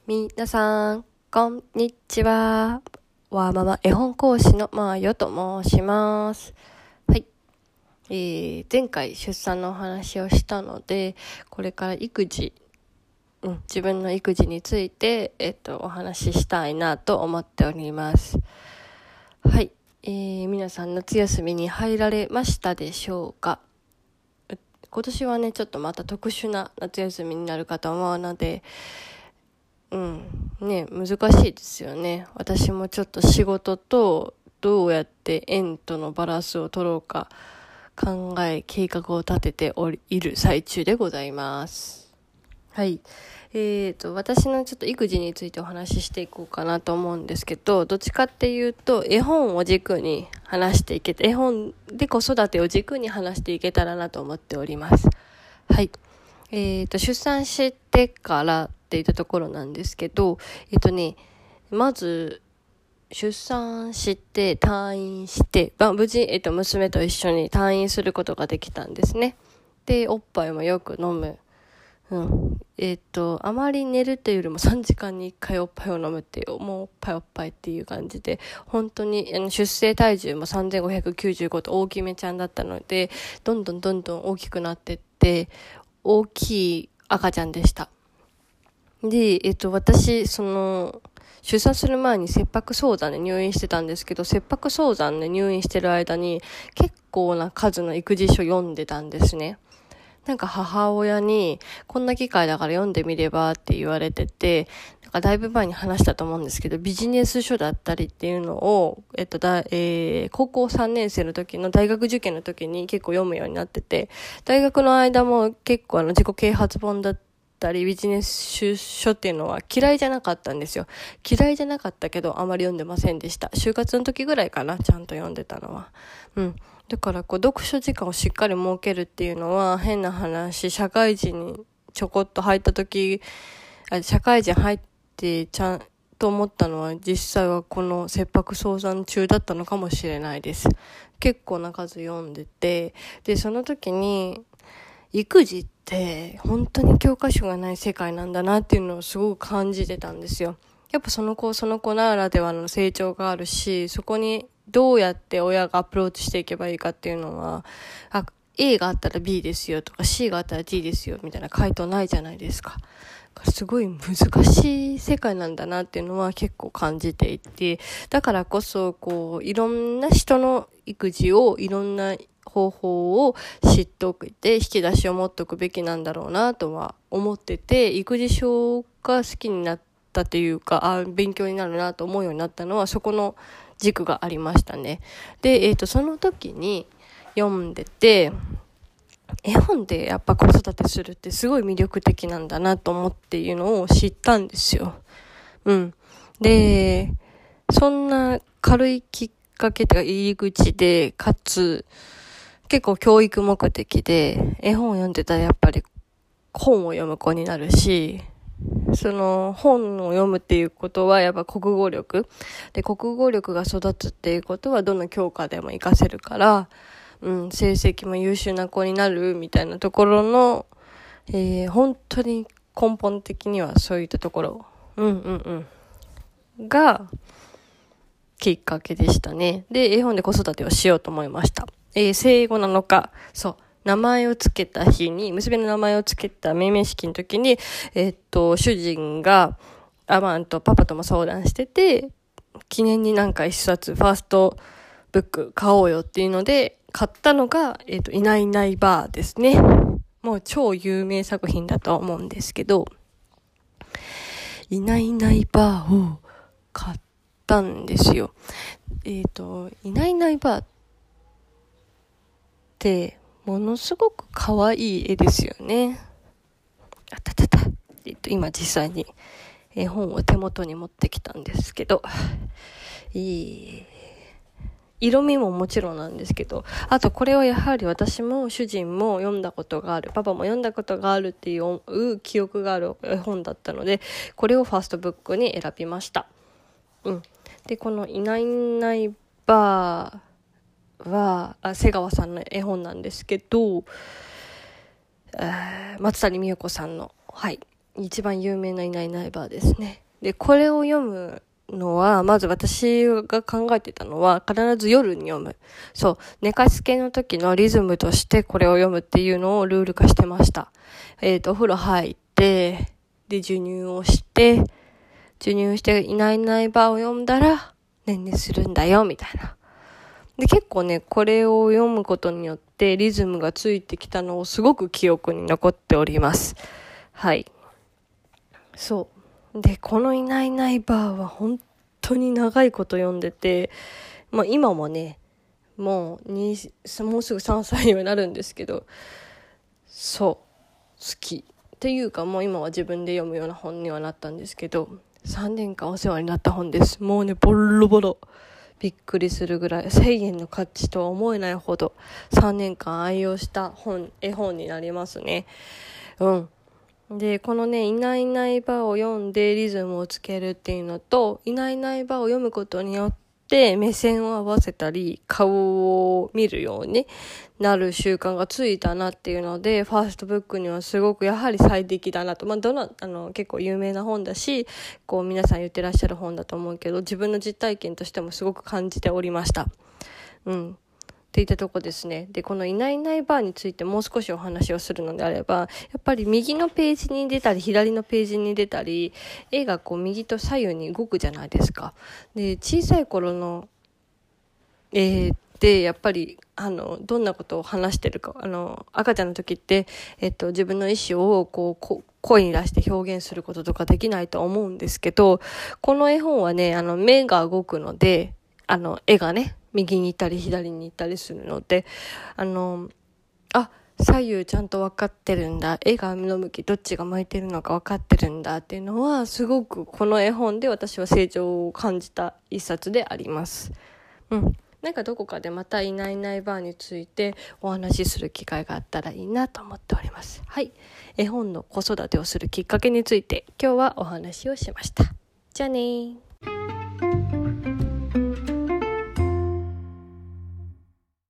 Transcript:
みなさん、こんにちは。わーママ絵本講師のまーよと申します。はい。前回出産のお話をしたので、これから自分の育児について、お話ししたいなと思っております。はい。皆さん夏休みに入られましたでしょうか？今年はね、ちょっとまた特殊な夏休みになるかと思うので、難しいですよね。私もちょっと仕事とどうやって園とのバランスを取ろうか計画を立てている最中でございます。はい。私のちょっと育児についてお話ししていこうかなと思うんですけど、どっちかっていうと、絵本を軸に話していけて、絵本で子育てを軸に話していけたらなと思っております。はい。出産してからっていったところなんですけど、まず、出産して退院して、無事、娘と一緒に退院することができたんですね。で、おっぱいもよく飲む。あまり寝るというよりも3時間に1回おっぱいを飲むっていう、もうおっぱいおっぱいっていう感じで、本当に出生体重も3595と大きめちゃんだったので、どんどん大きくなってって、大きい赤ちゃんでした。で、私、出産する前に切迫早産で入院してたんですけど、切迫早産で入院してる間に結構な数の育児書読んでたんですね。なんか母親に、こんな機会だから読んでみればって言われてて、なんかだいぶ前に話したと思うんですけど、ビジネス書だったりっていうのを、高校3年生の時の大学受験の時に結構読むようになってて、大学の間も結構自己啓発本だったり、ビジネス書っていうのは嫌いじゃなかったんですよ。嫌いじゃなかったけど、あまり読んでませんでした。就活の時ぐらいかな、ちゃんと読んでたのは。だから読書時間をしっかり設けるっていうのは変な話、社会人にちょこっと入った時、社会人入ってちゃんと思ったのは実際はこの切迫早産中だったのかもしれないです。結構な数読んでて、で、その時に育児って本当に教科書がない世界なんだなっていうのをすごく感じてたんですよ。やっぱその子ならではの成長があるし、そこにどうやって親がアプローチしていけばいいかっていうのは、A があったら B ですよとか C があったら D ですよみたいな回答ないじゃないですか。すごい難しい世界なんだなっていうのは結構感じていて、だからこそいろんな人の育児をいろんな方法を知っておくて引き出しを持っておくべきなんだろうなとは思ってて、育児書が好きになったというか、勉強になるなと思うようになったのはそこの軸がありましたね。で、その時に読んでて、絵本でやっぱ子育てするってすごい魅力的なんだなと思っていうのを知ったんですよ。で、そんな軽いきっかけというか入り口で、かつ結構教育目的で絵本を読んでたらやっぱり本を読む子になるし、その本を読むっていうことはやっぱ国語力で、国語力が育つっていうことはどの教科でも活かせるから、成績も優秀な子になるみたいなところの、本当に根本的にはそういったところ、がきっかけでしたね。で、絵本で子育てをしようと思いました。生後7日、名前をつけた日に、娘の名前をつけた命名式の時に、主人が、パパとも相談してて、記念になんか一冊、ファーストブック買おうよっていうので、買ったのが、いないいないばあですね。もう超有名作品だと思うんですけど、いないいないばあを買ったんですよ。いないいないばあって、ものすごく可愛い絵ですよね。今実際に絵本を手元に持ってきたんですけど、色味ももちろんなんですけど、あとこれはやはり私も主人も読んだことがある、パパも読んだことがあるっていう記憶がある絵本だったので、これをファーストブックに選びました。で、このいないいないばあは、瀬川さんの絵本なんですけど、松谷美代子さんの、 一番有名ないないいないばあですね。で、これを読むのは、まず私が考えてたのは、必ず夜に読む。そう、寝かしつけの時のリズムとしてこれを読むっていうのをルール化してました。お風呂入って、で、授乳していないいないばあを読んだら、ねんねするんだよ、みたいな。で、結構ね、これを読むことによってリズムがついてきたのをすごく記憶に残っております。はい。そう。で、このいないいないばあは本当に長いこと読んでて、まあ今もね、もうもうすぐ3歳にはなるんですけど、そう、好き。っていうかもう今は自分で読むような本にはなったんですけど、3年間お世話になった本です。もうね、ボロボロ。びっくりするぐらい1000円の価値とは思えないほど3年間愛用した絵本になりますね。で、このね、いないいないばあを読んでリズムをつけるっていうのと、いないいないばあを読むことによって目線を合わせたり、顔を見るようになる習慣がついたなっていうので、ファーストブックにはすごくやはり最適だなと。まあ、結構有名な本だし、こう皆さん言ってらっしゃる本だと思うけど、自分の実体験としてもすごく感じておりました。っていったとこですね。で、このいないいないばあについてもう少しお話をするのであれば、やっぱり右のページに出たり、左のページに出たり、絵がこう右と左右に動くじゃないですか。で、小さい頃の絵ってやっぱり、どんなことを話してるか、赤ちゃんの時って、自分の意思を声に出して表現することとかできないと思うんですけど、この絵本はね、目が動くので、絵がね、右に行ったり左に行ったりするので、左右ちゃんと分かってるんだ。絵がの向きどっちが向いてるのか分かってるんだっていうのは、すごくこの絵本で私は成長を感じた一冊であります。なんかどこかでまたいないいないばあについてお話しする機会があったらいいなと思っております。はい。絵本の子育てをするきっかけについて今日はお話をしました。じゃあねー。